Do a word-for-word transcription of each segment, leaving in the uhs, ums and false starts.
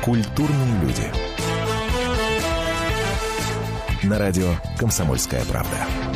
Культурные люди. На радио «Комсомольская правда».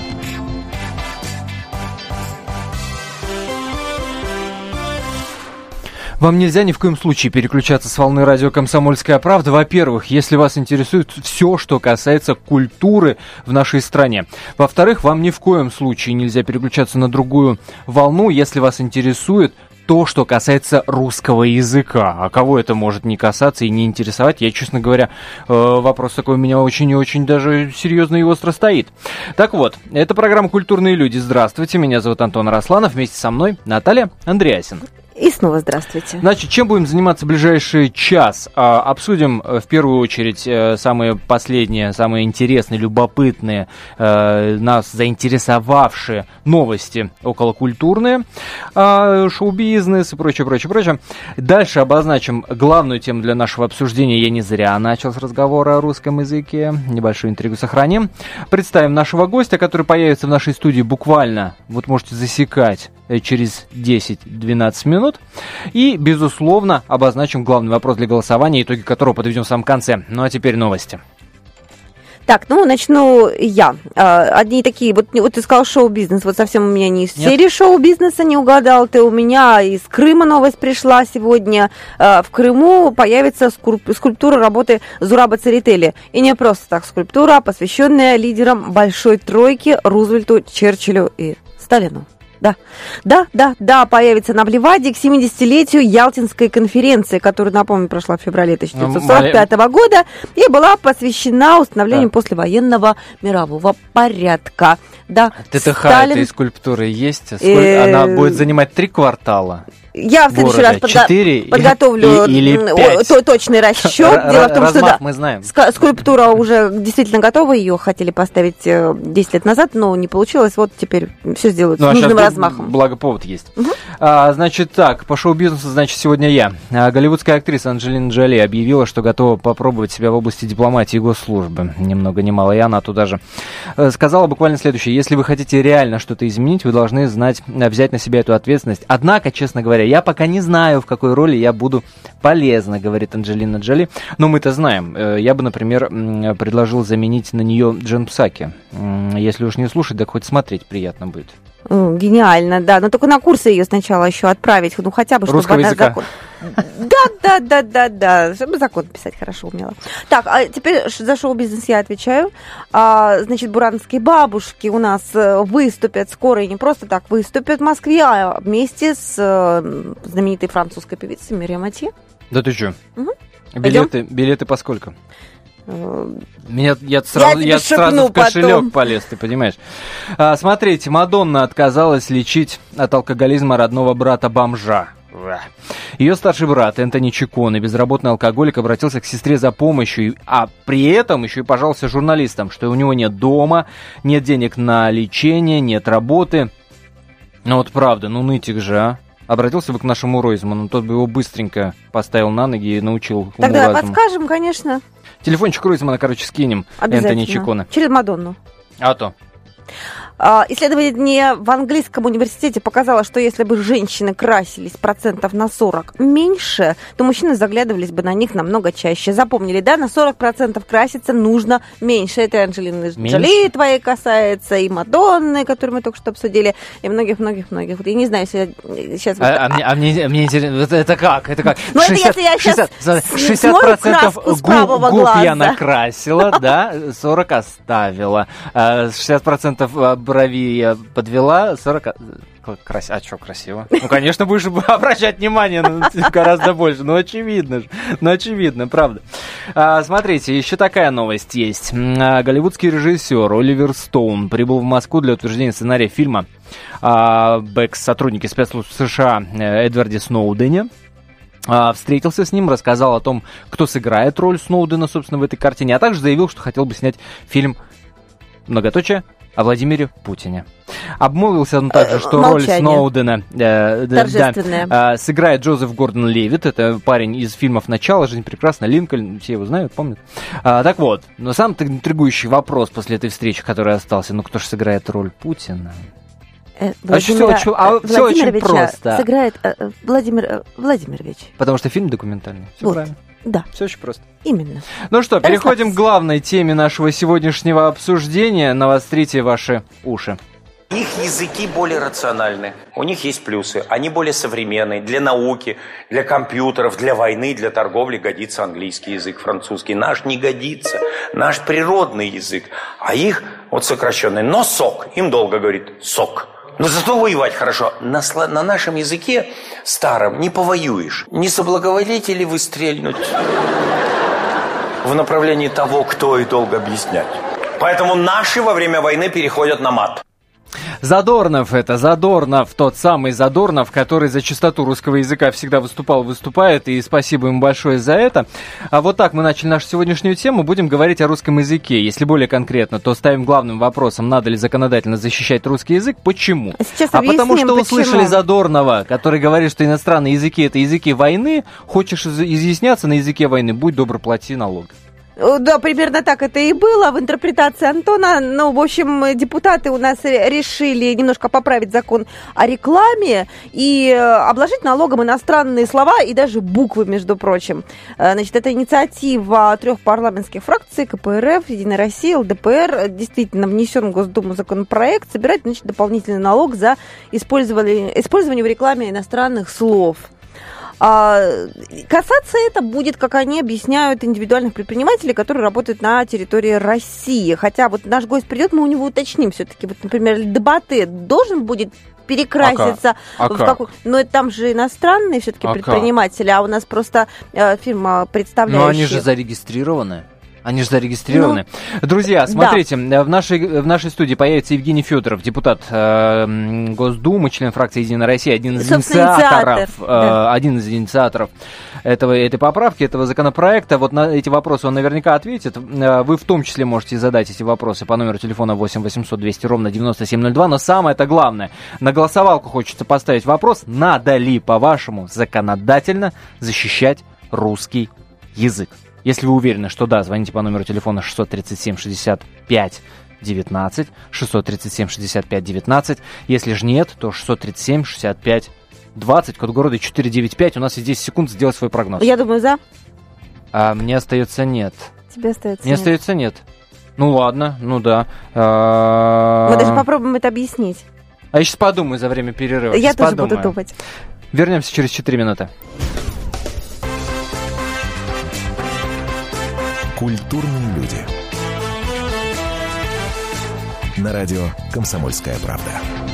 Вам нельзя ни в коем случае переключаться с волны радио «Комсомольская правда». Во-первых, если вас интересует все, что касается культуры в нашей стране. Во-вторых, вам ни в коем случае нельзя переключаться на другую волну, если вас интересует то, что касается русского языка. А кого это может не касаться и не интересовать? Я, честно говоря, вопрос такой у меня очень и очень даже серьезно и остро стоит. Так вот, это программа «Культурные люди». Здравствуйте, меня зовут Антон Арасланов. Вместе со мной Наталья Андреасин. И снова здравствуйте. Значит, чем будем заниматься в ближайший час? А, обсудим в первую очередь э, самые последние, самые интересные, любопытные, э, нас заинтересовавшие новости околокультурные, э, шоу-бизнес и прочее, прочее, прочее. Дальше обозначим главную тему для нашего обсуждения. Я не зря начал с разговора о русском языке. Небольшую интригу сохраним. Представим нашего гостя, который появится в нашей студии буквально, вот можете засекать, через десять-двенадцать минут. И, безусловно, обозначим главный вопрос для голосования, итоги которого подведем в самом конце. Ну а теперь новости. Так, ну, начну я. Одни такие, вот, вот ты сказал шоу-бизнес, вот совсем у меня не из Нет. серии шоу-бизнеса не угадал ты. У меня из Крыма новость пришла сегодня. В Крыму появится скульптура работы Зураба Церетели. И не просто так скульптура, посвященная лидерам Большой Тройки Рузвельту, Черчиллю и Сталину. Да, да, да, да, появится на Блеваде к семидесятилетию Ялтинской конференции, которая, напомню, прошла в феврале тысяча девятьсот сорок пятого года и была посвящена установлению да. послевоенного мирового порядка. Да, ТТХ Сталин... этой скульптуры есть? Сколько... Она будет занимать три квартала. Я в следующий раз подго- подготовлю и, точный расчет. Дело в том, что да, мы знаем. Скульптура уже действительно готова, ее хотели поставить десять лет назад, но не получилось. Вот теперь все сделают ну, с нужным а размахом. Благо повод есть. Угу. А, значит так, по шоу-бизнесу, значит, сегодня я. А, голливудская актриса Анджелина Джоли объявила, что готова попробовать себя в области дипломатии и госслужбы. Ни много ни мало, и она туда же. Сказала буквально следующее. Если вы хотите реально что-то изменить, вы должны знать, взять на себя эту ответственность. Однако, честно говоря, я пока не знаю, в какой роли я буду полезна, говорит Анджелина Джоли. Но мы-то знаем. Я бы, например, предложил заменить на нее Джен Псаки. Если уж не слушать, так хоть смотреть приятно будет. Гениально, да. Но только на курсы ее сначала еще отправить. Ну, хотя бы, чтобы русского она языка. Закон... Да, да, да, да, да. Чтобы закон писать хорошо умела. Так, а теперь за шоу-бизнес я отвечаю. А, значит, буранские бабушки у нас выступят скоро, и не просто так выступят в Москве, а вместе с знаменитой французской певицей Мириам Матье. Да ты что? Угу. Билеты, билеты по сколько? Меня, я сразу, я я сразу в кошелек потом. полез, ты понимаешь. А, смотрите, Мадонна отказалась лечить от алкоголизма родного брата-бомжа. Ее старший брат Энтони Чиконе, безработный алкоголик, обратился к сестре за помощью, а при этом еще и пожаловался журналистам, что у него нет дома, нет денег на лечение, нет работы. Ну вот правда, ну нытик же, а. Обратился бы к нашему Ройзману, тот бы его быстренько поставил на ноги и научил уму-разуму. Тогда подскажем, конечно. Телефончик Ройзмана, короче, скинем. Энтони Чиконе. Через Мадонну. А то. Исследование в английском университете показало, что если бы женщины красились процентов на сорок меньше, то мужчины заглядывались бы на них намного чаще. Запомнили, да? На сорок процентов краситься нужно меньше. Это и Анджелины Джоли твоей касается, и Мадонны, которую мы только что обсудили, и многих-многих-многих. Я не знаю, если сейчас... А, а, а, а мне, мне интересно, это, это как? Это как? Ну, шестьдесят, это если я сейчас шестьдесят процентов губ, губ я накрасила, да, сорок оставила. шестьдесят процентов брови я подвела, сорок... Крас... А что красиво? Ну, конечно, будешь обращать внимание гораздо больше. Ну, очевидно же. Ну, очевидно, правда. А, смотрите, еще такая новость есть. Голливудский режиссер Оливер Стоун прибыл в Москву для утверждения сценария фильма а, об сотруднике спецслужб США Эдварде Сноудене. А, встретился с ним, рассказал о том, кто сыграет роль Сноудена, собственно, в этой картине, а также заявил, что хотел бы снять фильм, многоточие, о Владимире Путине. Обмолвился он также, что Молчание. роль Сноудена э, да, э, сыграет Джозеф Гордон-Левитт. Это парень из фильмов «Начало», «Жизнь прекрасна», «Линкольн». Все его знают, помнят. А, так вот, но самый интригующий вопрос после этой встречи, который остался, ну кто же сыграет роль Путина? Э, Владимира, а все, а, все очень просто. Сыграет э, Владимир э, Владимирович. Потому что фильм документальный. Все вот. правильно. Да. Все очень просто. Именно. Ну что, переходим к главной теме нашего сегодняшнего обсуждения. Навострите ваши уши. Их языки более рациональны, у них есть плюсы, они более современные. Для науки, для компьютеров, для войны, для торговли годится английский язык, французский. Наш не годится, наш природный язык. А их, вот сокращенный, но сок, им долго говорит сок. Но зато воевать хорошо. На, на нашем языке старом не повоюешь. Не соблаговолите ли вы стрельнуть в направлении того, кто и долго объяснять. Поэтому наши во время войны переходят на мат. Задорнов это, Задорнов, тот самый Задорнов, который за чистоту русского языка всегда выступал, выступает, и спасибо ему большое за это. А вот так мы начали нашу сегодняшнюю тему, будем говорить о русском языке. Если более конкретно, то ставим главным вопросом, надо ли законодательно защищать русский язык. Почему? Сейчас а потому что почему. услышали Задорнова, который говорит, что иностранные языки это языки войны, хочешь изъясняться на языке войны, будь добр, плати налог. Да, примерно так это и было в интерпретации Антона. Ну, в общем, депутаты у нас решили немножко поправить закон о рекламе и обложить налогом иностранные слова и даже буквы, между прочим. Значит, это инициатива трех парламентских фракций: ка пэ эр эф, Единая Россия, эл дэ пэ эр. Действительно, внесен в Госдуму законопроект, собирать, значит, дополнительный налог за использование, использование в рекламе иностранных слов. А, касаться это будет, как они объясняют, индивидуальных предпринимателей, которые работают на территории России. Хотя вот наш гость придет, мы у него уточним все-таки. Вот, например, Дебаты должен будет перекраситься а в какую... Но там же иностранные все-таки а предприниматели, а у нас просто э, фирма представляющая. Но они же зарегистрированы. Они же зарегистрированы. Ну, друзья, смотрите, да. в, нашей, в нашей студии появится Евгений Федоров, депутат э, Госдумы, член фракции «Единая Россия», один из инициаторов, э, да. один из инициаторов этого, этой поправки, этого законопроекта. Вот на эти вопросы он наверняка ответит. Вы в том числе можете задать эти вопросы по номеру телефона восемь восемьсот двести ровно девяносто семь ноль два. Но самое-то главное, на голосовалку хочется поставить вопрос, надо ли, по-вашему, законодательно защищать русский язык. Если вы уверены, что да, звоните по номеру телефона шестьсот тридцать семь шестьдесят пять девятнадцать, шестьсот тридцать семь шестьдесят пять девятнадцать. Если же нет, то шестьсот тридцать семь шестьдесят пять двадцать, код города четыреста девяносто пять. У нас есть десять секунд сделать свой прогноз. Я думаю, за. А мне остается нет. Тебе остается Мне нет. остается нет. Ну ладно, ну да. А... Мы даже попробуем это объяснить. А я сейчас подумаю за время перерыва. Я сейчас тоже подумаю. буду думать. Вернемся через четыре минуты. Культурные люди. На радио «Комсомольская правда».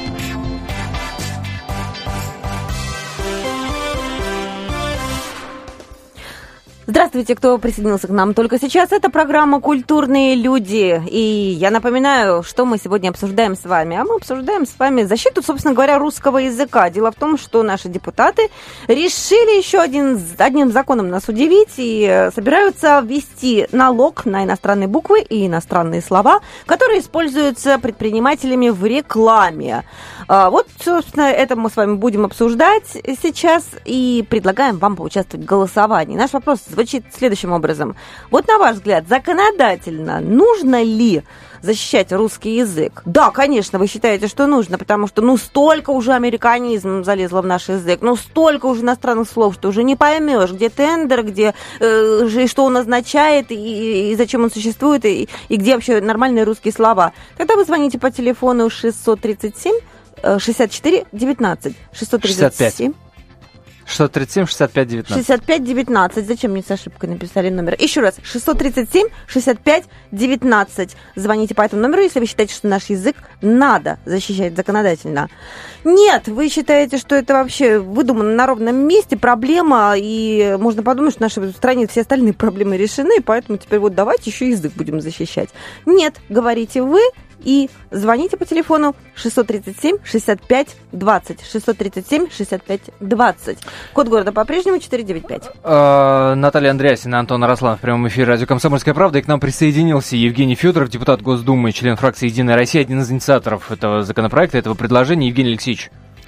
Здравствуйте, кто присоединился к нам только сейчас. Это программа «Культурные люди». И я напоминаю, что мы сегодня обсуждаем с вами. А мы обсуждаем с вами защиту, собственно говоря, русского языка. Дело в том, что наши депутаты решили еще один, одним законом нас удивить и собираются ввести налог на иностранные буквы и иностранные слова, которые используются предпринимателями в рекламе. Вот, собственно, это мы с вами будем обсуждать сейчас и предлагаем вам поучаствовать в голосовании. Наш вопрос звучит следующим образом. Вот на ваш взгляд, законодательно нужно ли защищать русский язык? Да, конечно, вы считаете, что нужно, потому что ну столько уже американизм залезло в наш язык, ну столько уже иностранных слов, что уже не поймешь, где тендер, где э, что он означает и, и зачем он существует, и, и где вообще нормальные русские слова. Тогда вы звоните по телефону шестьсот тридцать семь шестьдесят четыре девятнадцать. шестьсот тридцать семь шестьсот тридцать семь шестьдесят пять девятнадцать. шестьдесят пять девятнадцать. Зачем мне с ошибкой написали номер? Еще раз. шестьсот тридцать семь шестьдесят пять девятнадцать. Звоните по этому номеру, если вы считаете, что наш язык надо защищать законодательно. Нет, вы считаете, что это вообще выдумано на ровном месте, проблема, и можно подумать, что в нашей стране все остальные проблемы решены, поэтому теперь вот давайте еще язык будем защищать. Нет, говорите вы. И звоните по телефону шестьсот тридцать семь шестьдесят пять двадцать. шестьсот тридцать семь шестьдесят пять двадцать. Код города по-прежнему четыреста девяносто пять. Uh, Наталья Андреасина, Антон Арасланов в прямом эфире радио «Комсомольская правда». И к нам присоединился Евгений Федоров, депутат Госдумы, член фракции «Единая Россия», один из инициаторов этого законопроекта, этого предложения. Евгений Алексеевич,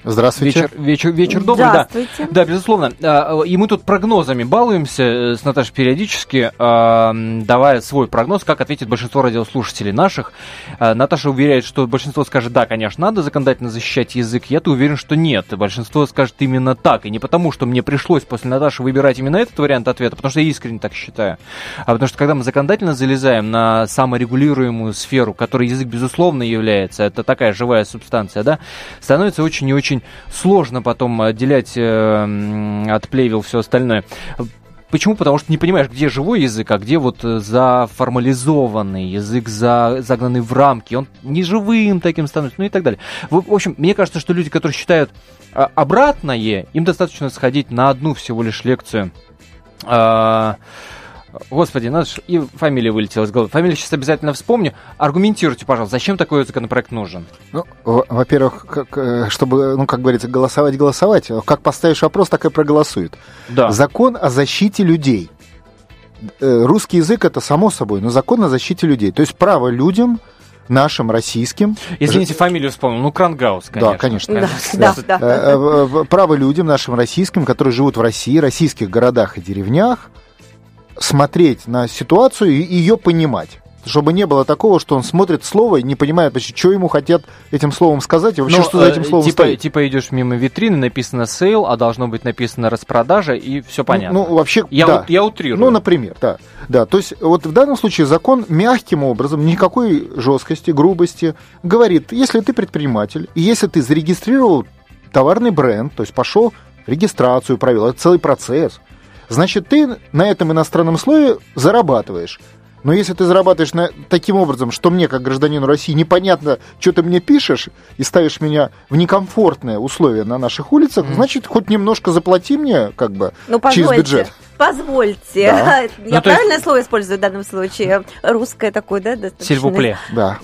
Здравствуйте. Вечер, вечер, вечер добрый, Здравствуйте. Да. Да, безусловно. И мы тут прогнозами балуемся с Наташей периодически, давая свой прогноз, как ответит большинство радиослушателей наших. Наташа уверяет, что большинство скажет, да, конечно, надо законодательно защищать язык. Я-то уверен, что нет. Большинство скажет именно так. И не потому, что мне пришлось после Наташи выбирать именно этот вариант ответа, потому что я искренне так считаю. А потому что когда мы законодательно залезаем на саморегулируемую сферу, которой язык, безусловно, является, это такая живая субстанция, да, становится очень и очень сложно потом отделять э, от плевел все остальное. Почему? Потому что не понимаешь, где живой язык, а где вот заформализованный язык, за, загнанный в рамки. Он неживым таким становится, ну и так далее. В, в общем, мне кажется, что люди, которые считают а, обратное, им достаточно сходить на одну всего лишь лекцию. А, Господи, надо же, и фамилия вылетела из головы. Фамилию сейчас обязательно вспомню. Аргументируйте, пожалуйста, зачем такой законопроект нужен? Ну, во-первых, как, чтобы, ну, как говорится, голосовать, голосовать. Как поставишь вопрос, так и проголосуют. Да. Закон о защите людей. Русский язык — это само собой, но закон о защите людей. То есть право людям, нашим, российским... Извините, ж... фамилию вспомнил. Ну, Крангаус, конечно. Да, конечно. Да, да, да. Право людям, нашим, российским, которые живут в России, российских городах и деревнях, смотреть на ситуацию и ее понимать. Чтобы не было такого, что он смотрит слово и не понимает, вообще, что ему хотят этим словом сказать, и вообще, Но, что за этим словом типа, стоит. Типа идешь мимо витрины, написано сейл, а должно быть написано распродажа, и все понятно. Ну, ну вообще, я, да. у, я утрирую. Ну, например, да. Да, то есть вот в данном случае закон мягким образом, никакой жесткости, грубости, говорит, если ты предприниматель, и если ты зарегистрировал товарный бренд, то есть пошел регистрацию провел, это целый процесс, значит, ты на этом иностранном слове зарабатываешь. Но если ты зарабатываешь на, таким образом, что мне, как гражданину России, непонятно, что ты мне пишешь, и ставишь меня в некомфортные условия на наших улицах, mm. значит, хоть немножко заплати мне, как бы, ну, через бюджет. Позвольте. Да. Я ну, правильное есть... слово использую в данном случае? Русское такое, да? Сильвупле. Да.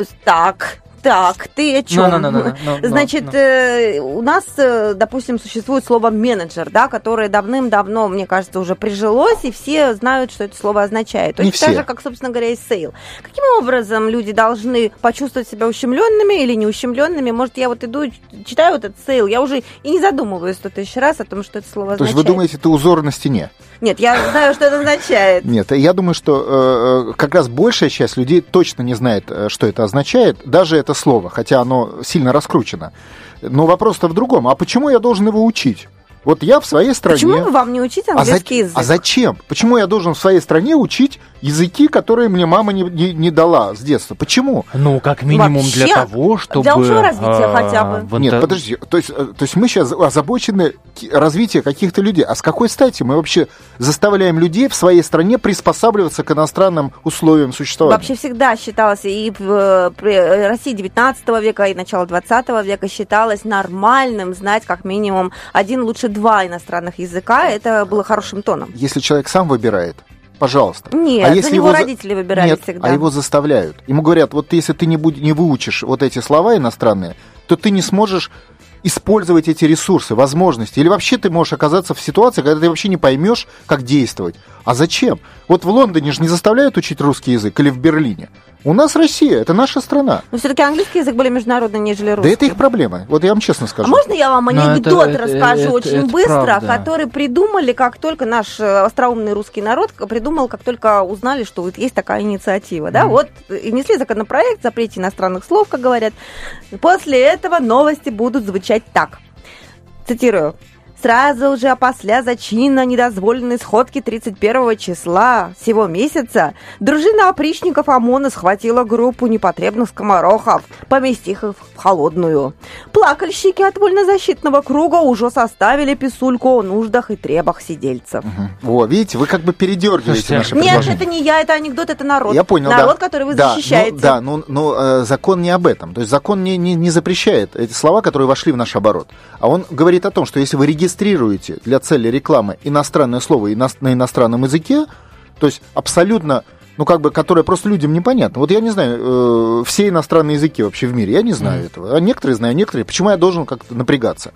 Так. Так, ты о чем? No, no, no, no, no, Значит, no, no. Э, у нас, э, допустим, существует слово менеджер, да, которое давным-давно, мне кажется, уже прижилось, и все знают, что это слово означает. Точно так же, как, собственно говоря, и сейл. Каким образом люди должны почувствовать себя ущемленными или не ущемленными? Может, я вот иду, читаю вот этот сейл, я уже и не задумываюсь сто тысяч раз о том, что это слово означает. То есть вы думаете, это узор на стене? Нет, я знаю, что это означает. Нет, я думаю, что э, как раз большая часть людей точно не знает, что это означает, даже это слово, хотя оно сильно раскручено. Но вопрос-то в другом. А почему я должен его учить? Вот я в своей стране... Почему вам не учить английский а язык? А зачем? Почему я должен в своей стране учить языки, которые мне мама не, не, не дала с детства? Почему? Ну, как минимум вообще, для того, чтобы... Для общего развития а, хотя бы. Нет, подожди. То есть, то есть мы сейчас озабочены развитием каких-то людей. А с какой стати мы вообще заставляем людей в своей стране приспосабливаться к иностранным условиям существования? Вообще всегда считалось, и в России девятнадцатого века, и начала двадцатого века считалось нормальным знать как минимум один, лучше два иностранных языка. Это было хорошим тоном. Если человек сам выбирает, пожалуйста. Нет, а если за него его родители выбирали Нет, всегда. А его заставляют. Ему говорят, вот если ты не, будь, не выучишь вот эти слова иностранные, то ты не сможешь использовать эти ресурсы, возможности. Или вообще ты можешь оказаться в ситуации, когда ты вообще не поймешь, как действовать. А зачем? Вот в Лондоне же не заставляют учить русский язык, или в Берлине. У нас Россия, это наша страна. Но все-таки английский язык более международный, нежели русский. Да это их проблема, вот я вам честно скажу. А можно я вам анекдот это, расскажу это, очень это, быстро, это который придумали, как только наш остроумный русский народ придумал, как только узнали, что вот есть такая инициатива. Да? Mm. Вот и внесли законопроект, запрете иностранных слов, как говорят. После этого новости будут звучать так. Цитирую. Сразу же опосля зачина недозволенной сходки тридцать первого числа сего месяца дружина опричников ОМОНа схватила группу непотребных скоморохов, поместив их в холодную. Плакальщики от вольнозащитного круга уже составили писульку о нуждах и требах сидельцев. Угу. О, видите, вы как бы передергиваете наши предложения. Нет, это не я, это анекдот, это народ. Я понял, народ, да. который вы да, защищаете. Ну, да, но, но э, закон не об этом. То есть закон не, не, не запрещает эти слова, которые вошли в наш оборот. А он говорит о том, что если вы регистрируете регистрируете для цели рекламы иностранное слово на иностранном языке, то есть абсолютно, ну как бы, которое просто людям непонятно. Вот я не знаю, э, все иностранные языки вообще в мире, я не знаю mm. этого. А некоторые знаю, некоторые. Почему я должен как-то напрягаться?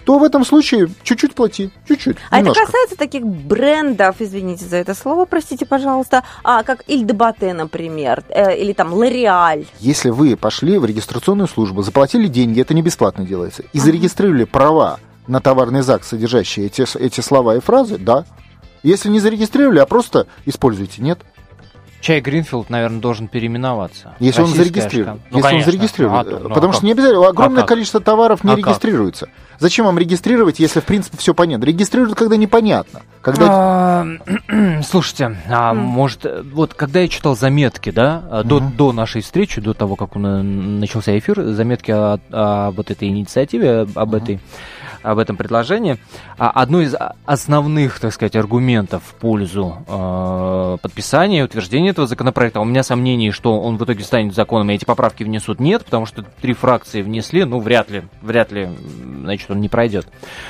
то в этом случае чуть-чуть плати, чуть-чуть, А немножко. это касается таких брендов, извините за это слово, простите, пожалуйста, а, как Иль де Батте, например, э, или там Лореаль. Если вы пошли в регистрационную службу, заплатили деньги, это не бесплатно делается, и зарегистрировали права на товарный знак, содержащие эти, эти слова и фразы, да. Если не зарегистрировали, а просто используйте, нет. Чай Гринфилд, наверное, должен переименоваться. Если Российская он зарегистрирован. шкала. Ну, если конечно. он зарегистрирован. А, то, ну, потому а что как? не обязательно. Огромное а количество товаров не а регистрируется. Как? Зачем вам регистрировать, если в принципе все понятно? Регистрируют, когда непонятно. Когда... А, слушайте, а, mm. может, вот когда я читал заметки, да, mm-hmm. до, до нашей встречи, до того, как он, начался эфир, заметки о, о вот этой инициативе, об mm-hmm. этой об этом предложении. Одно из основных, так сказать, аргументов в пользу э, подписания и утверждения этого законопроекта, у меня сомнений, что он в итоге станет законом, и эти поправки внесут, нет, потому что три фракции внесли, ну, вряд ли, вряд ли, значит, он не пройдет.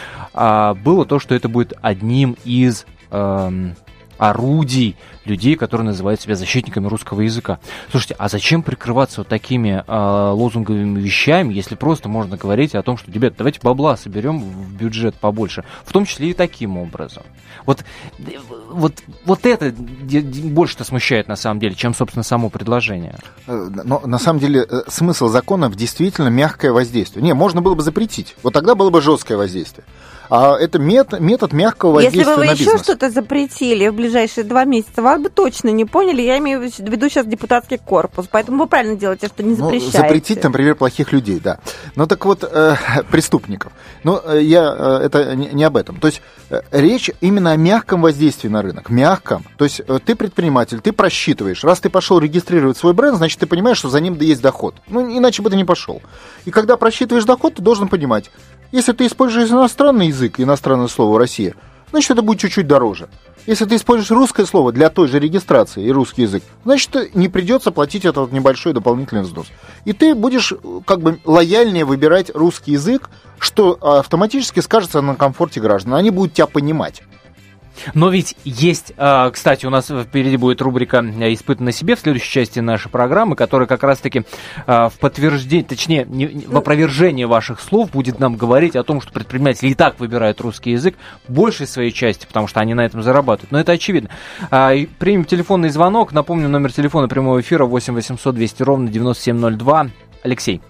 А, было то, что это будет одним из э, орудий людей, которые называют себя защитниками русского языка. Слушайте, а зачем прикрываться вот такими э, лозунговыми вещами, если просто можно говорить о том, что, ребят, давайте бабла соберем в бюджет побольше, в том числе и таким образом. Вот, вот, вот это больше-то смущает на самом деле, чем, собственно, само предложение. Но на самом деле смысл законов действительно мягкое воздействие. Не, можно было бы запретить, вот тогда было бы жесткое воздействие. А это метод, метод мягкого воздействия на бизнес. Если бы вы еще что-то запретили в ближайшие два месяца, вас бы точно не поняли. Я имею в виду сейчас депутатский корпус. Поэтому вы правильно делаете, что не запрещаете. Ну, запретить, например, плохих людей, да. Ну так вот, э, преступников. Но э, я, э, это не, не об этом. То есть э, речь именно о мягком воздействии на рынок. Мягком. То есть э, ты предприниматель, ты просчитываешь. Раз ты пошел регистрировать свой бренд, значит, ты понимаешь, что за ним есть доход. Ну, иначе бы ты не пошел. И когда просчитываешь доход, ты должен понимать, если ты используешь иностранный язык, иностранное слово Россия, значит, это будет чуть-чуть дороже. Если ты используешь русское слово для той же регистрации и русский язык, значит, не придется платить этот небольшой дополнительный взнос. И ты будешь как бы лояльнее выбирать русский язык, что автоматически скажется на комфорте граждан. Они будут тебя понимать. Но ведь есть, кстати, у нас впереди будет рубрика «Испытан на себе» в следующей части нашей программы, которая как раз-таки в подтверждение, точнее, в опровержение ваших слов будет нам говорить о том, что предприниматели и так выбирают русский язык большей своей части, потому что они на этом зарабатывают. Но это очевидно. Примем телефонный звонок. Напомню, номер телефона прямого эфира восемь восемьсот двести ровно девяносто семь ноль два. Алексей.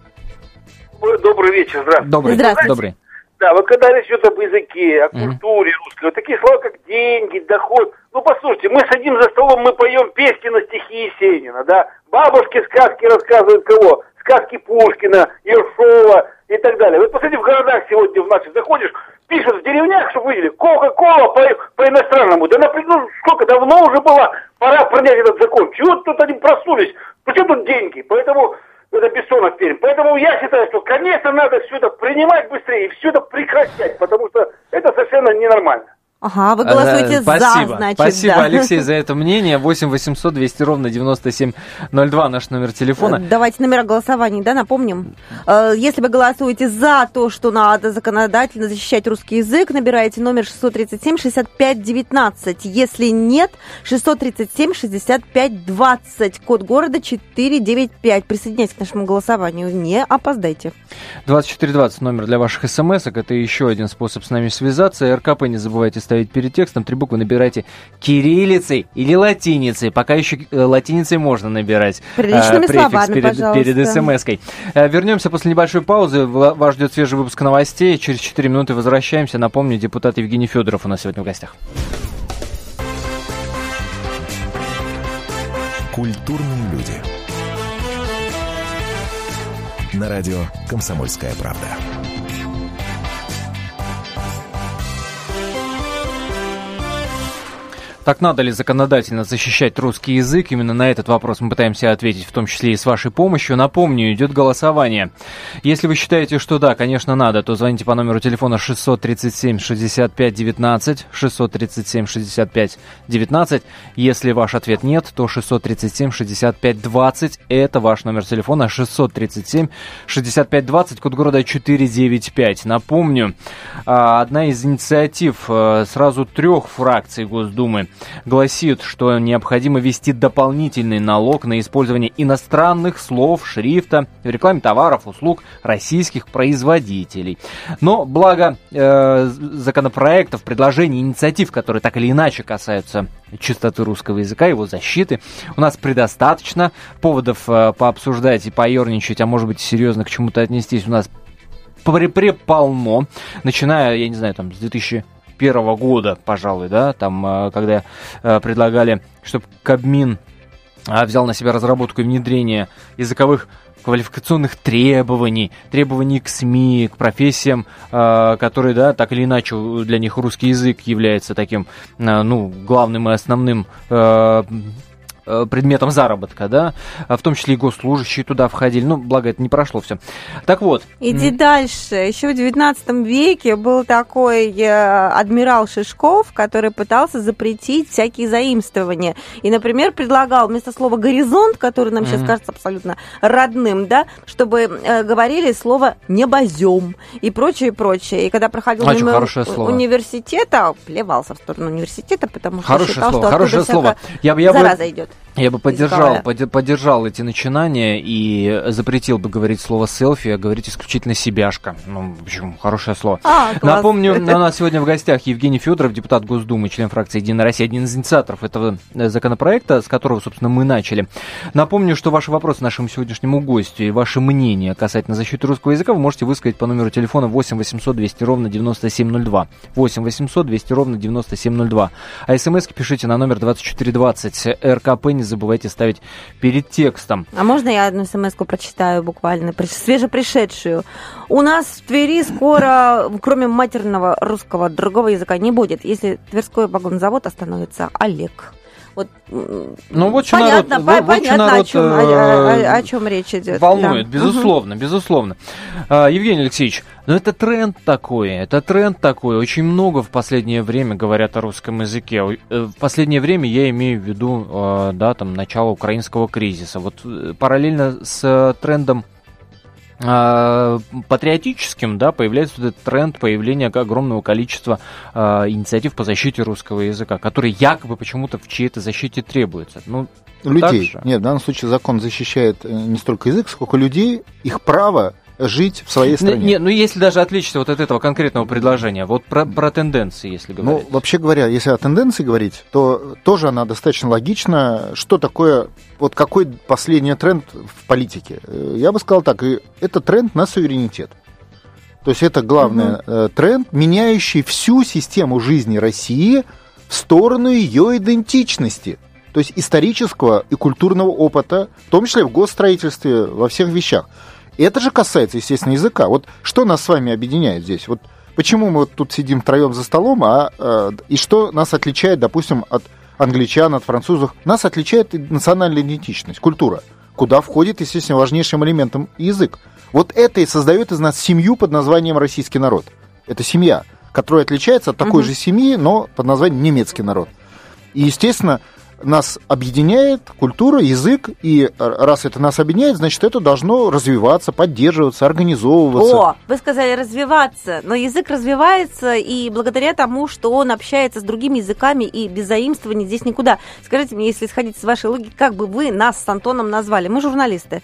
Добрый вечер, здравствуйте. Добрый. Здравствуйте. Добрый. Да, вот когда речь идет об языке, о культуре mm-hmm. русской, вот такие слова, как деньги, доход. Ну, послушайте, мы сидим за столом, мы поем песни на стихи Есенина, да? Бабушки сказки рассказывают кого? Сказки Пушкина, Ершова и так далее. Вот посмотрите, в городах сегодня в наших заходишь, пишут в деревнях, чтобы вы видели, Кока-Кола по, по-иностранному. Да например, ну, сколько, давно уже было, пора принять этот закон. Чего тут они проснулись? Причем тут деньги? Поэтому... Это Бессонов Пермь. Поэтому я считаю, что, конечно, надо все это принимать быстрее и все это прекращать, потому что это совершенно ненормально. Ага, вы голосуете спасибо, за, значит, Спасибо, да. Алексей, за это мнение. восемь восемьсот двести ровно девяносто семь ноль два наш номер телефона. Давайте номера голосований, да, напомним. Если вы голосуете за то, что надо законодательно защищать русский язык, набираете номер шестьсот тридцать семь шестьдесят пять девятнадцать. Если нет, шестьсот тридцать семь шестьдесят пять двадцать. Код города четыреста девяносто пять. Присоединяйтесь к нашему голосованию, не опоздайте. двадцать четыре двадцать номер для ваших смс-ок. Это еще один способ с нами связаться. РКП не забывайте ставить перед текстом. Три буквы набирайте кириллицей или латиницей. Пока еще латиницей можно набирать. Приличными префикс словами, перед, пожалуйста. перед смс-кой. Вернемся после небольшой паузы. Вас ждет свежий выпуск новостей. Через четыре минуты возвращаемся. Напомню, депутат Евгений Федоров у нас сегодня в гостях. Культурные люди. На радио «Комсомольская правда». Так надо ли законодательно защищать русский язык? Именно на этот вопрос мы пытаемся ответить, в том числе и с вашей помощью. Напомню, идет голосование. Если вы считаете, что да, конечно, надо, то звоните по номеру телефона шестьсот тридцать семь шестьдесят пять девятнадцать, шестьсот тридцать семь шестьдесят пять девятнадцать. Если ваш ответ нет, то шестьсот тридцать семь шестьдесят пять двадцать. Это ваш номер телефона шестьсот тридцать семь шестьдесят пять двадцать, код города четыреста девяносто пять. Напомню, одна из инициатив сразу трех фракций Госдумы гласит, что необходимо ввести дополнительный налог на использование иностранных слов, шрифта в рекламе товаров, услуг российских производителей. Но благо э, законопроектов, предложений, инициатив, которые так или иначе касаются чистоты русского языка, его защиты, у нас предостаточно поводов э, пообсуждать и поерничать, а может быть серьезно к чему-то отнестись у нас преполно, начиная, я не знаю, там, с две тысячи первого года, пожалуй, да, там, э, когда э, предлагали, чтобы Кабмин э, взял на себя разработку и внедрение языковых квалификационных требований, требований к СМИ, к профессиям, э, которые, да, так или иначе для них русский язык является таким, э, ну, главным и основным э, предметом заработка, да, в том числе и госслужащие туда входили, ну, благо это не прошло все. Так вот. Иди м- дальше. Еще в девятнадцатом веке был такой э, адмирал Шишков, который пытался запретить всякие заимствования. И, например, предлагал вместо слова «горизонт», который нам mm-hmm. сейчас кажется абсолютно родным, да, чтобы э, говорили слово «небозем» и прочее, прочее. И когда проходил а мимо университета, плевался в сторону университета, потому что хорошее считал, слово, что хорошее слово. Я бы, я зараза бы... идет. Я бы поддержал, под, поддержал эти начинания и запретил бы говорить слово «селфи», а говорить исключительно «себяшка». Ну, почему? Хорошее слово. А, напомню, у нас сегодня в гостях Евгений Федоров, депутат Госдумы, член фракции «Единая Россия», один из инициаторов этого законопроекта, с которого, собственно, мы начали. Напомню, что ваши вопросы нашему сегодняшнему гостю и ваше мнение касательно защиты русского языка вы можете высказать по номеру телефона восемь восемьсот двести ровно девяносто семь ноль два. восемь восемьсот двести ровно девяносто семь ноль два. А смс-ки пишите на номер двадцать четыре двадцать. РКП не забывайте ставить перед текстом. А можно я одну смс-ку прочитаю буквально, свежепришедшую? У нас в Твери скоро, кроме матерного русского, другого языка не будет, если Тверской вагонзавод остановится. Олег. Вот, ну, вот понятно, народ, по- вот понятно народ, о, чем, о, о, о чем речь идет. Волнует, да. безусловно, угу. безусловно. А, Евгений Алексеевич, ну это тренд такой, это тренд такой. Очень много в последнее время говорят о русском языке. В последнее время я имею в виду, да, там, начало украинского кризиса. Вот параллельно с трендом патриотическим, да, появляется вот этот тренд появления огромного количества э, инициатив по защите русского языка, которые якобы почему-то в чьей-то защите требуются. Ну, людей. Нет, в данном случае закон защищает не столько язык, сколько людей, их право жить в своей стране. Не, ну если даже отвлечься вот от этого конкретного предложения, вот про, про тенденции, если говорить. Ну, вообще говоря, если о тенденции говорить, то тоже она достаточно логична. Что такое, вот какой последний тренд в политике? Я бы сказал так, это тренд на суверенитет. То есть это главный угу. тренд, меняющий всю систему жизни России в сторону ее идентичности. То есть исторического и культурного опыта, в том числе в госстроительстве, во всех вещах. И это же касается, естественно, языка. Вот что нас с вами объединяет здесь? Вот почему мы вот тут сидим втроем за столом, а, э, и что нас отличает, допустим, от англичан, от французов? Нас отличает национальная идентичность, культура, куда входит, естественно, важнейшим элементом язык. Вот это и создает из нас семью под названием российский народ. Это семья, которая отличается от такой mm-hmm. же семьи, но под названием немецкий народ. И, естественно, нас объединяет культура, язык, и раз это нас объединяет, значит, это должно развиваться, поддерживаться, организовываться. О, вы сказали развиваться, но язык развивается и благодаря тому, что он общается с другими языками и без заимствований здесь никуда. Скажите мне, если исходить с вашей логики, как бы вы нас с Антоном назвали? Мы журналисты.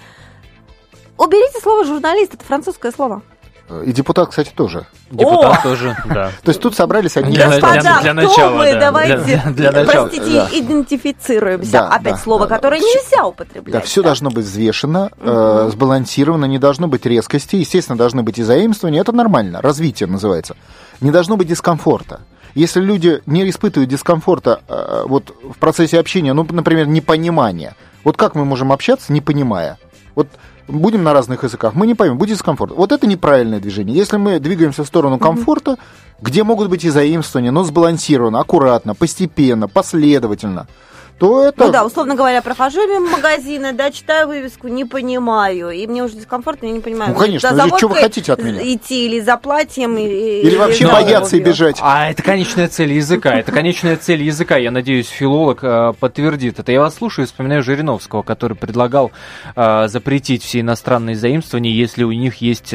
Уберите слово «журналист», это французское слово. И депутат, кстати, тоже. Депутат О! тоже, да. То есть тут собрались одни... Господа, для, для, для кто начала, вы? Да. Давайте, для, для простите, да. идентифицируемся. Да, Опять да, слово, да, которое да. нельзя употреблять. Да, все да. должно быть взвешено, угу. э, сбалансировано, не должно быть резкости, естественно, должны быть и заимствования, это нормально, развитие называется. Не должно быть дискомфорта. Если люди не испытывают дискомфорта э, вот, в процессе общения, ну, например, непонимания, вот как мы можем общаться, не понимая? Вот будем на разных языках, мы не поймем, будет дискомфорт. Вот это неправильное движение. Если мы двигаемся в сторону комфорта, mm-hmm. где могут быть и заимствования, но сбалансированно, аккуратно, постепенно, последовательно, то это... Ну да, условно говоря, прохожу мимо магазина, да, читаю вывеску, не понимаю, и мне уже дискомфортно, я не понимаю. Ну, конечно, за что вы хотите от меня? Идти или за платьем, или... Или вообще или бояться и бежать. А это конечная цель языка, это конечная цель языка, я надеюсь, филолог э, подтвердит это. Я вас слушаю и вспоминаю Жириновского, который предлагал э, запретить все иностранные заимствования, если у них есть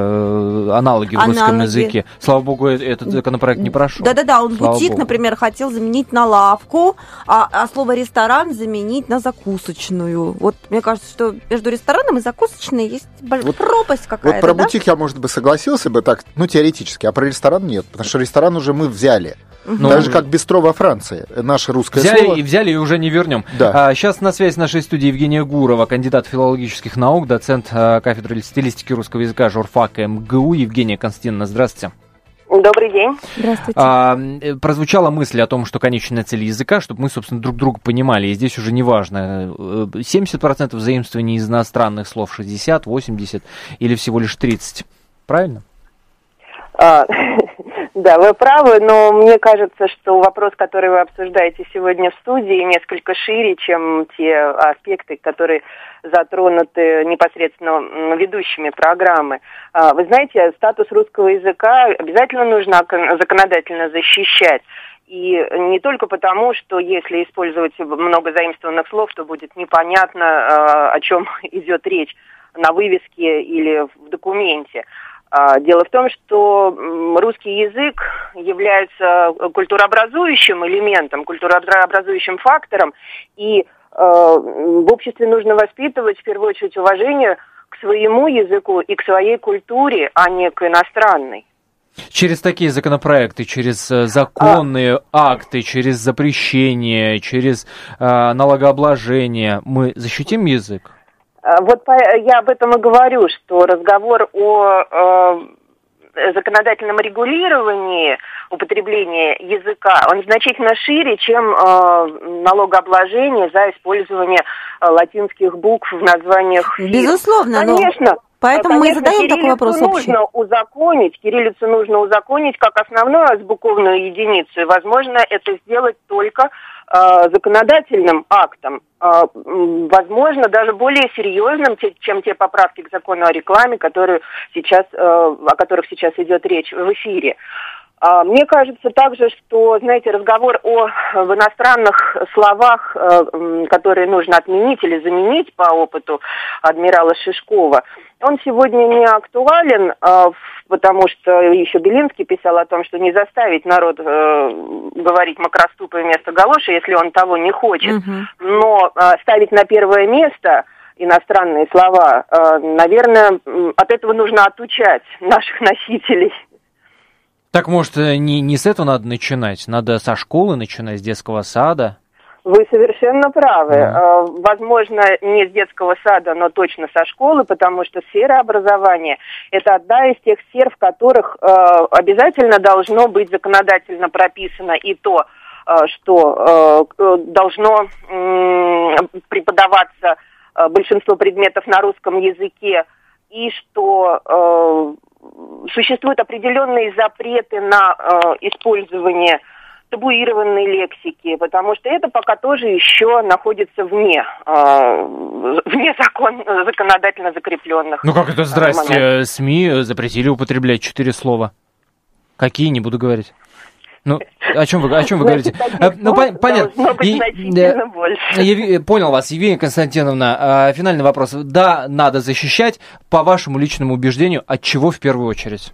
э, аналоги в аналоги. русском языке. Слава богу, этот законопроект не прошел. Да-да-да, он Слава бутик, богу. например, хотел заменить на лавку, а, а слово ресторан заменить на закусочную. Вот мне кажется, что между рестораном и закусочной есть Вот, пропасть какая-то. Вот про да? бутик я, может быть, согласился бы так, ну, теоретически, а про ресторан нет, потому что ресторан уже мы взяли. Ну, Даже как бистро во Франции, наше русское взяли слово. и взяли и уже не вернем. Да. А, сейчас на связи с нашей студией Евгения Гурова, кандидат филологических наук, доцент а, кафедры стилистики русского языка журфака эм гэ у. Евгения Константиновна, здравствуйте. Добрый день. Здравствуйте. А, прозвучала мысль о том, что конечная цель языка, чтобы мы, собственно, друг друга понимали. И здесь уже не важно, семьдесят процентов заимствований из иностранных слов, шестьдесят, восемьдесят или всего лишь тридцать. Правильно? А, да, вы правы, но мне кажется, что вопрос, который вы обсуждаете сегодня в студии, несколько шире, чем те аспекты, которые затронуты непосредственно ведущими программы. Вы знаете, статус русского языка обязательно нужно законодательно защищать. И не только потому, что если использовать много заимствованных слов, то будет непонятно, о чем идет речь на вывеске или в документе. Дело в том, что русский язык является культурообразующим элементом, культурообразующим фактором, и в обществе нужно воспитывать в первую очередь уважение к своему языку и к своей культуре, а не к иностранной. Через такие законопроекты, через законные а... акты, через запрещение, через э, налогообложение мы защитим язык? Вот я об этом и говорю, что разговор о э, законодательном регулировании употребления языка, он значительно шире, чем э, налогообложение за использование э, латинских букв в названиях фирм. Безусловно, конечно. Поэтому Конечно, мы задаем такой вопрос общий. нужно узаконить, кириллицу нужно узаконить как основную азбуковную единицу. И, возможно, это сделать только э, законодательным актом. Э, возможно, даже более серьезным, чем те поправки к закону о рекламе, которые сейчас, э, о которых сейчас идет речь в эфире. Мне кажется также, что, знаете, разговор о в иностранных словах, которые нужно отменить или заменить по опыту адмирала Шишкова, он сегодня не актуален, потому что еще Белинский писал о том, что не заставить народ говорить макроступы вместо галоши, если он того не хочет. Угу. Но ставить на первое место иностранные слова, наверное, от этого нужно отучать наших носителей. Так, может, не, не с этого надо начинать? Надо со школы начинать, с детского сада? Вы совершенно правы. Mm. Возможно, не с детского сада, но точно со школы, потому что сфера образования – это одна из тех сфер, в которых обязательно должно быть законодательно прописано и то, что должно преподаваться большинство предметов на русском языке, и что существуют определенные запреты на э, использование табуированной лексики, потому что это пока тоже еще находится вне, э, вне закон, законодательно закрепленных. Ну как это, здрасте, СМИ запретили употреблять четыре слова. Какие, не буду говорить. Ну, о чем вы, о чем вы Значит, говорите? А, ну, по- понятно. И, да, я понял вас, Евгения Константиновна. Финальный вопрос. Да, надо защищать. По вашему личному убеждению, от чего в первую очередь?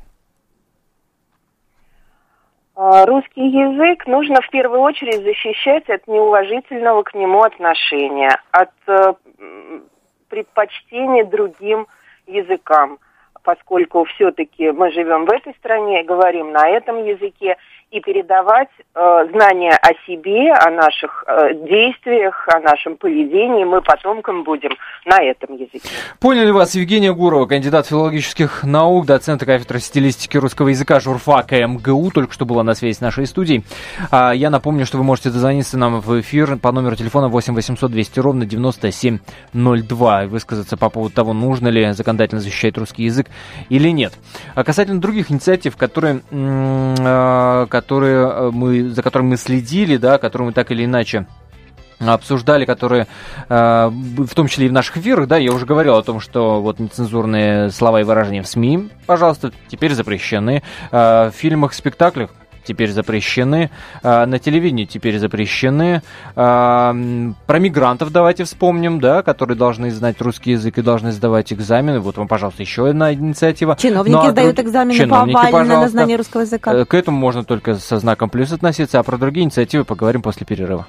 Русский язык нужно в первую очередь защищать от неуважительного к нему отношения, от предпочтения другим языкам, поскольку все-таки мы живем в этой стране, говорим на этом языке, и передавать э, знания о себе, о наших э, действиях, о нашем поведении мы потомкам будем на этом языке. Поняли вас. Евгения Гурова, кандидат филологических наук, доцент кафедры стилистики русского языка журфака эм гэ у, только что была на связи с нашей студией. А, я напомню, что вы можете дозвониться нам в эфир по номеру телефона восемь восемьсот двести ровно девяносто семь ноль два и высказаться по поводу того, нужно ли законодательно защищать русский язык или нет. А касательно других инициатив, которые... М- которые мы, за которыми мы следили, да, которые мы так или иначе обсуждали, которые, э, в том числе и в наших эфирах, да, я уже говорил о том, что вот нецензурные слова и выражения в СМИ, пожалуйста, теперь запрещены, э, в фильмах, спектаклях теперь запрещены, э, на телевидении теперь запрещены, э, про мигрантов давайте вспомним, да, которые должны знать русский язык и должны сдавать экзамены, вот вам, пожалуйста, еще одна инициатива. Чиновники ну, а сдают друг... экзамены Чиновники, по Аваль на знание русского языка. К этому можно только со знаком плюс относиться, а про другие инициативы поговорим после перерыва.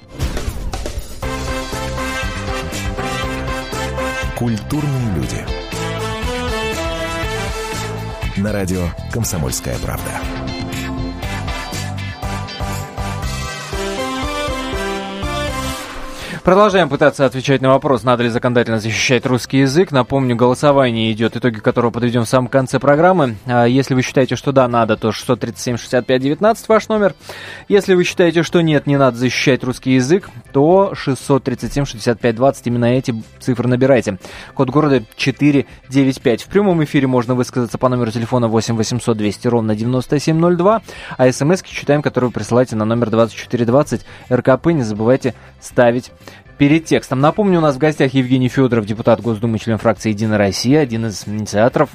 Культурные люди. На радио «Комсомольская правда». Продолжаем пытаться отвечать на вопрос, надо ли законодательно защищать русский язык. Напомню, голосование идет, итоги которого подведем в самом конце программы. Если вы считаете, что да, надо, то шестьсот тридцать семь шестьдесят пять девятнадцать ваш номер. Если вы считаете, что нет, не надо защищать русский язык, то шестьсот тридцать семь шестьдесят пять двадцать, именно эти цифры набирайте. Код города четыреста девяносто пять. В прямом эфире можно высказаться по номеру телефона восемь восемьсот двести ровно девяносто семь ноль два, а смс-ки читаем, которые вы присылаете на номер двадцать четыре двадцать. РКП не забывайте ставить перед текстом. Напомню, у нас в гостях Евгений Федоров, депутат Госдумы, член фракции «Единая Россия», один из инициаторов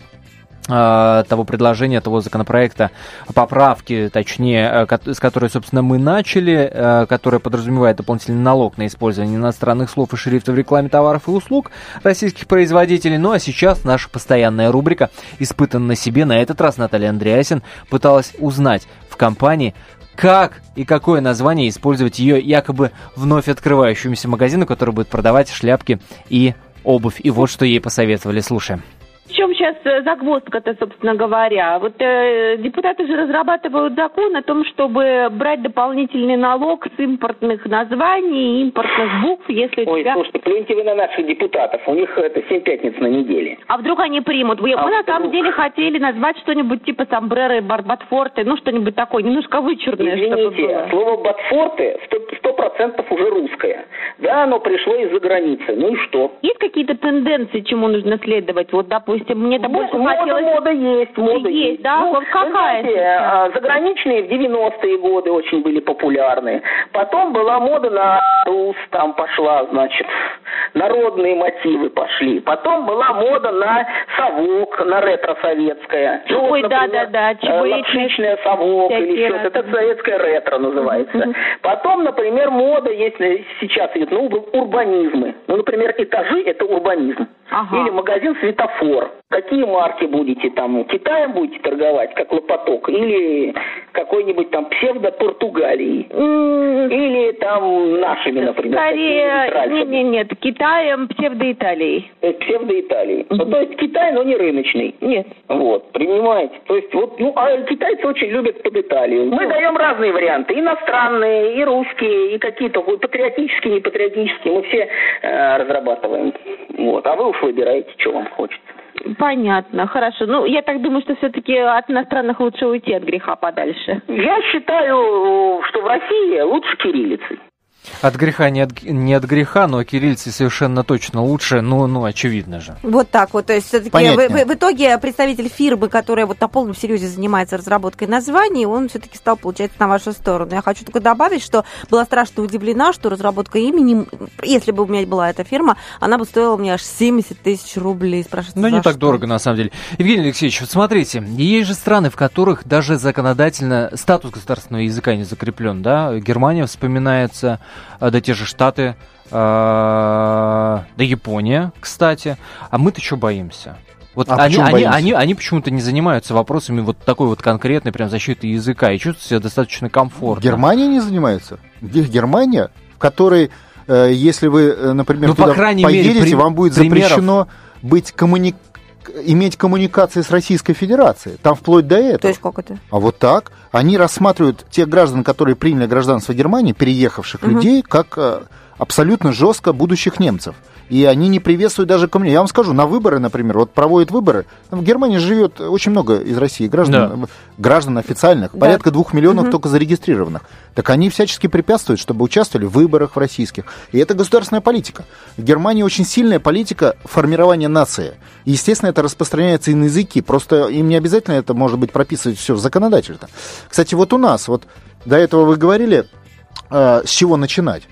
э, того предложения, того законопроекта, поправки, точнее, э, с которой, собственно, мы начали, э, которая подразумевает дополнительный налог на использование иностранных слов и шрифта в рекламе товаров и услуг российских производителей. Ну а сейчас наша постоянная рубрика «Испытан на себе». На этот раз Наталья Андреасин пыталась узнать в компании, как и какое название использовать ее якобы вновь открывающемуся магазину, который будет продавать шляпки и обувь. И вот что ей посоветовали. Слушаем. В чем сейчас загвоздка-то, собственно говоря? Вот э, депутаты же разрабатывают закон о том, чтобы брать дополнительный налог с импортных названий, импортных букв, если Ой, у тебя... слушайте, плюньте вы на наших депутатов, у них это семь пятниц на неделе. А вдруг они примут? Мы а на вдруг... самом деле хотели назвать что-нибудь типа сомбреры, ботфорты, ну что-нибудь такое, немножко вычурное. Извините, слово ботфорты сто процентов уже русское. Да, оно пришло из-за границы, ну и что? Есть какие-то тенденции, чему нужно следовать? Вот, допустим, мне-то больше мода, хотелось... Мода есть, мода есть. Есть, да? Ну, вот какая знаете, заграничные в девяностые годы очень были популярны. Потом была мода на рус, там пошла, значит, народные мотивы пошли. Потом была мода на совок, на ретро-советское. Ну, Ой, вот, да-да-да, лапшичная совок или что-то. Это советское ретро называется. Mm-hmm. Потом, например, мода, если сейчас идет, ну, урбанизмы. Ну, например, этажи – это урбанизм. Ага. Или магазин «Светофор». Какие марки будете там? Китаем будете торговать, как лопаток? Или какой-нибудь там псевдо-Португалией? Mm. Или там нашими, например? Скорее, нет, нет, нет, Китаем, псевдо-Италией. Псевдо-Италией. Mm-hmm. Ну, то есть Китай, но не рыночный. Нет. Вот, понимаете? То есть вот, ну, а китайцы очень любят под Италию. Мы даем разные варианты. Иностранные, и русские, и какие-то патриотические, непатриотические. Мы все э, разрабатываем. Вот. А вы уж выбираете, что вам хочется. Понятно, хорошо. Ну, я так думаю, что все-таки от иностранных лучше уйти от греха подальше. Я считаю, что в России лучше кириллицы. От греха не от, не от греха, но кириллицы совершенно точно лучше, ну, ну очевидно же. Вот так вот, то есть все-таки в, в, в итоге представитель фирмы, которая вот на полном серьезе занимается разработкой названий, он все-таки стал, получается, на вашу сторону. Я хочу только добавить, что была страшно удивлена, что разработка имени, если бы у меня была эта фирма, она бы стоила мне аж семьдесят тысяч рублей. Ну, не так дорого, на самом деле. Евгений Алексеевич, вот смотрите, есть же страны, в которых даже законодательно статус государственного языка не закреплен, да? Германия вспоминается, да те же Штаты, э, да Япония, кстати. А мы-то что боимся? Вот а они, они, они, они почему-то не занимаются вопросами вот такой вот конкретной прям защиты языка и чувствуют себя достаточно комфортно. Германия не занимается? Германия, в которой, э, если вы, например, ну, туда поедете, мере, при... вам будет запрещено быть коммуни... иметь коммуникации с Российской Федерацией. Там вплоть до этого. То есть как это? А вот так. Они рассматривают тех граждан, которые приняли гражданство Германии, переехавших угу. людей, как э, абсолютно жестко будущих немцев. И они не приветствуют даже коммуникацию. Я вам скажу, на выборы, например, вот проводят выборы. В Германии живет очень много из России граждан, да. граждан официальных, да. порядка двух миллионов угу. только зарегистрированных. Так они всячески препятствуют, чтобы участвовали в выборах в российских. И это государственная политика. В Германии очень сильная политика формирования нации. И, естественно, это распространяется и на языки. Просто им не обязательно это, может быть, прописывать все законодательно. Кстати, вот у нас, вот до этого вы говорили, э, с чего начинать.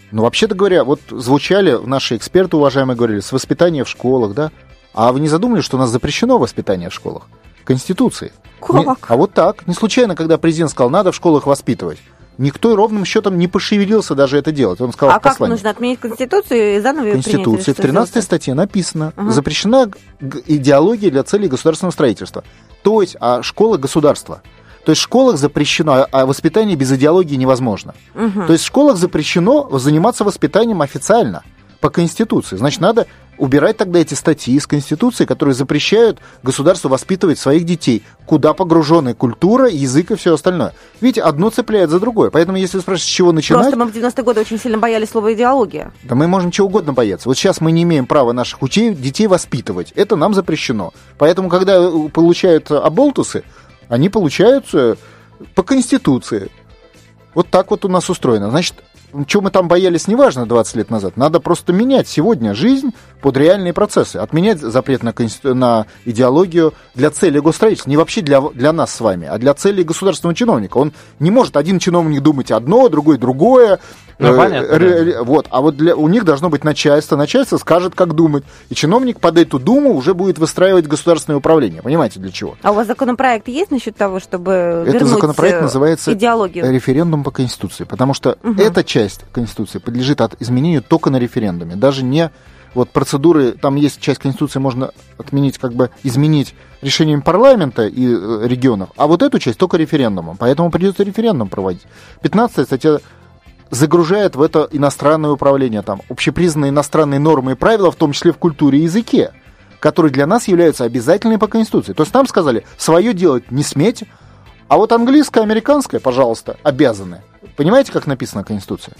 Ну, вообще-то говоря, вот звучали наши эксперты, уважаемые, говорили, с воспитания в школах, да? А вы не задумали, что у нас запрещено воспитание в школах? Конституцией. Как? Не, а вот так. Не случайно, когда президент сказал, надо в школах воспитывать. Никто ровным счетом не пошевелился даже это делать. Он сказал, а как нужно отменить Конституцию и заново ее принять? Конституции в тринадцатой статье написано, uh-huh. запрещена идеология для целей государственного строительства. То есть, а школа государства. То есть в школах запрещено, а воспитание без идеологии невозможно. Uh-huh. То есть в школах запрещено заниматься воспитанием официально по Конституции. Значит, надо убирать тогда эти статьи из Конституции, которые запрещают государству воспитывать своих детей, куда погружены культура, язык и все остальное. Видите, одно цепляет за другое. Поэтому, если вы спрашиваете, с чего начинать... Просто мы в девяностые годы очень сильно боялись слова «идеология». Да мы можем чего угодно бояться. Вот сейчас мы не имеем права наших учей, детей воспитывать. Это нам запрещено. Поэтому, когда получают аболтусы, они получаются по Конституции. Вот так вот у нас устроено. Значит, чего мы там боялись, неважно, двадцать лет назад. Надо просто менять сегодня жизнь под реальные процессы. Отменять запрет на, конститу... на идеологию для цели госстроительства. Не вообще для, для нас с вами, а для цели государственного чиновника. Он не может один чиновник думать одно, другой другое. Ну, понятно, да. Вот. А вот для... у них должно быть начальство. Начальство скажет, как думать. И чиновник под эту думу уже будет выстраивать государственное управление. Понимаете, для чего? А у вас законопроект есть насчет того, чтобы Это вернуть законопроект называется идеологию? Референдум по Конституции. Потому что угу. эта часть Конституции подлежит от изменению только на референдуме. Даже не вот процедуры, там есть часть Конституции, можно отменить, как бы изменить решением парламента и э, регионов, а вот эту часть только референдумом. Поэтому придется референдум проводить. пятнадцатая статья загружает в это иностранное управление, там общепризнанные иностранные нормы и правила, в том числе в культуре и языке, которые для нас являются обязательными по Конституции. То есть нам сказали, свое делать не сметь, а вот английское, американское, пожалуйста, обязаны. Понимаете, как написано в Конституции?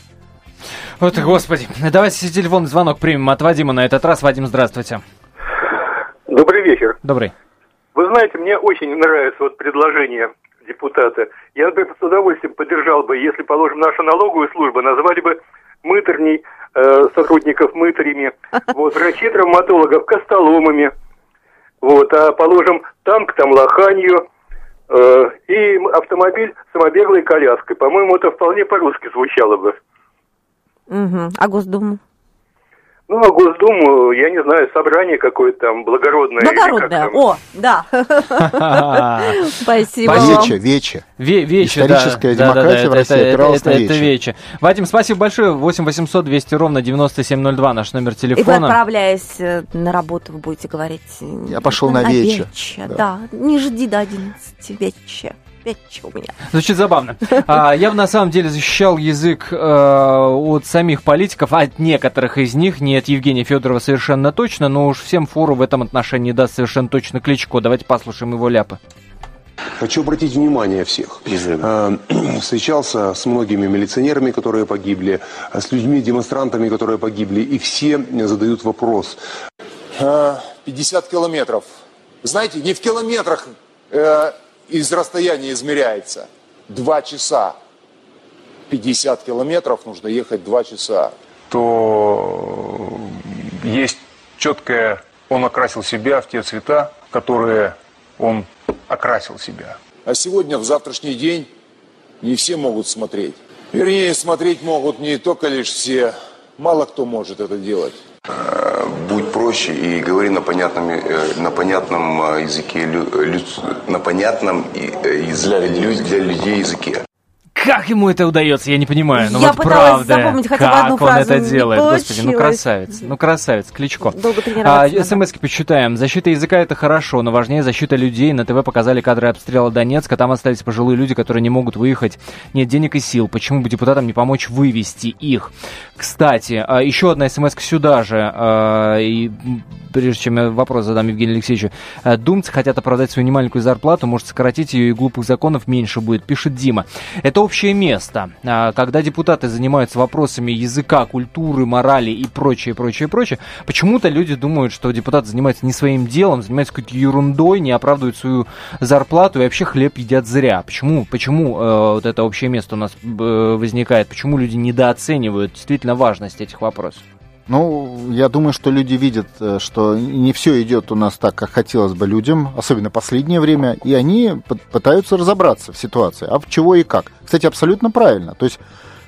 Вот, господи. Давайте телефонный звонок примем от Вадима на этот раз. Вадим, здравствуйте. Добрый вечер. Добрый. Вы знаете, мне очень нравится вот предложение депутата. Я, например, с удовольствием поддержал бы, если, положим, нашу налоговую службу назвали бы мытарней, э, сотрудников мытарями, вот, врачей-травматологов костоломами, вот, а, положим, танк там лоханью, э, и автомобиль самобеглой коляской. По-моему, это вполне по-русски звучало бы. Угу. А Госдуму? Ну, а Госдуму, я не знаю, собрание какое-то там благородное. Благородное, о, да. Спасибо. Вече, вече. Вече, историческая демократия в России опиралась на вече. вече. Вадим, спасибо большое. восемь восемьсот двести ровно девяносто семь ноль два наш номер телефона. И вы, отправляясь на работу, вы будете говорить... Я пошел на вече. Да, не жди до одиннадцати, вече. У меня. Звучит забавно. А, я бы на самом деле защищал язык э, от самих политиков, от некоторых из них, не от Евгения Федорова совершенно точно, но уж всем фору в этом отношении даст совершенно точно Кличко. Давайте послушаем его ляпы. Хочу обратить внимание всех. Э, встречался с многими милиционерами, которые погибли, с людьми-демонстрантами, которые погибли, и все задают вопрос. пятьдесят километров. Знаете, не в километрах... Э, из расстояния измеряется. Два часа. пятьдесят километров нужно ехать два часа. То есть четкое, он окрасил себя в те цвета, в которые он окрасил себя. А сегодня, в завтрашний день, не все могут смотреть. Вернее, смотреть могут не только лишь все. Мало кто может это делать. Будь проще и говори на понятном, на понятном языке, на понятном языке, для людей языке. Как ему это удается, я не понимаю. Ну я вот пыталась правда, запомнить хотя бы как одну он фразу, это делает. получилось. Господи, ну красавец, ну красавец, Кличко. Долго тренироваться. А, СМСки почитаем. Защита языка — это хорошо, но важнее защита людей. На ТВ показали кадры обстрела Донецка. Там остались пожилые люди, которые не могут выехать. Нет денег и сил. Почему бы депутатам не помочь вывести их? Кстати, еще одна СМСка сюда же. И прежде чем я вопрос задам Евгению Алексеевичу. Думцы хотят оправдать свою немаленькую зарплату. Может, сократить ее, и глупых законов меньше будет, пишет Дима. Это общее место. Когда депутаты занимаются вопросами языка, культуры, морали и прочее, прочее, прочее, почему-то люди думают, что депутаты занимаются не своим делом, занимаются какой-то ерундой, не оправдывают свою зарплату и вообще хлеб едят зря. Почему? Почему э, вот это общее место у нас э, возникает? Почему люди недооценивают действительно важность этих вопросов? Ну, я думаю, что люди видят, что не все идет у нас так, как хотелось бы людям, особенно в последнее время, и они пытаются разобраться в ситуации, а в чего и как. Кстати, абсолютно правильно. То есть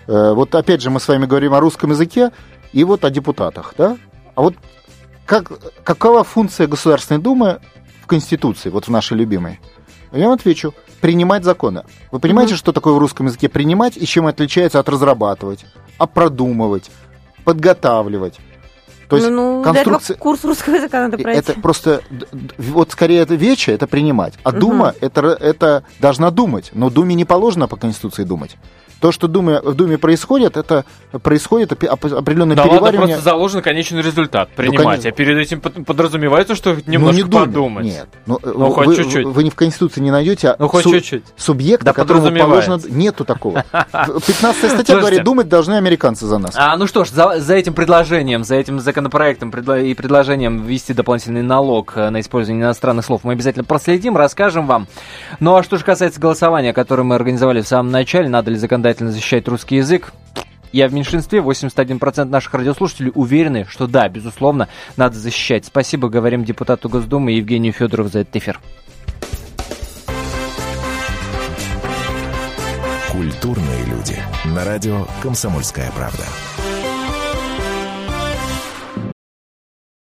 Вот опять же мы с вами говорим о русском языке и вот о депутатах, да? А вот как, какова функция Государственной Думы в Конституции, вот в нашей любимой? Я вам отвечу. Принимать законы. Вы понимаете, mm-hmm. что такое в русском языке принимать и чем отличается от разрабатывать, а продумывать, подготавливать? То есть ну, конструкция... курс русского языка надо пройти. Это просто, вот скорее это вече, это принимать. А Дума, угу. это, это должна думать. Но Думе не положено по Конституции думать. То, что Думе, в Думе происходит, это происходит определенное да переваривание. Да ладно, просто заложен конечный результат принимать. Ну, а перед этим подразумевается, что немножко ну, не подумать. Нет. Ну, ну вы, хоть чуть-чуть. Вы, вы не в Конституции не найдете, а ну, хоть су- чуть-чуть. субъекта, да которому положено... Нету такого. пятнадцатая статья говорит, думать должны американцы за нас. А, ну что ж, за, за этим предложением, за этим законопроектом предло- и предложением ввести дополнительный налог на использование иностранных слов мы обязательно проследим, расскажем вам. Ну а что же касается голосования, которое мы организовали в самом начале, надо ли законодательно защищать русский язык? Я в меньшинстве, восемьдесят один процент наших радиослушателей уверены, что да, безусловно, надо защищать. Спасибо, говорим депутату Госдумы Евгению Федорову за этот эфир. Культурные люди. На радио «Комсомольская правда».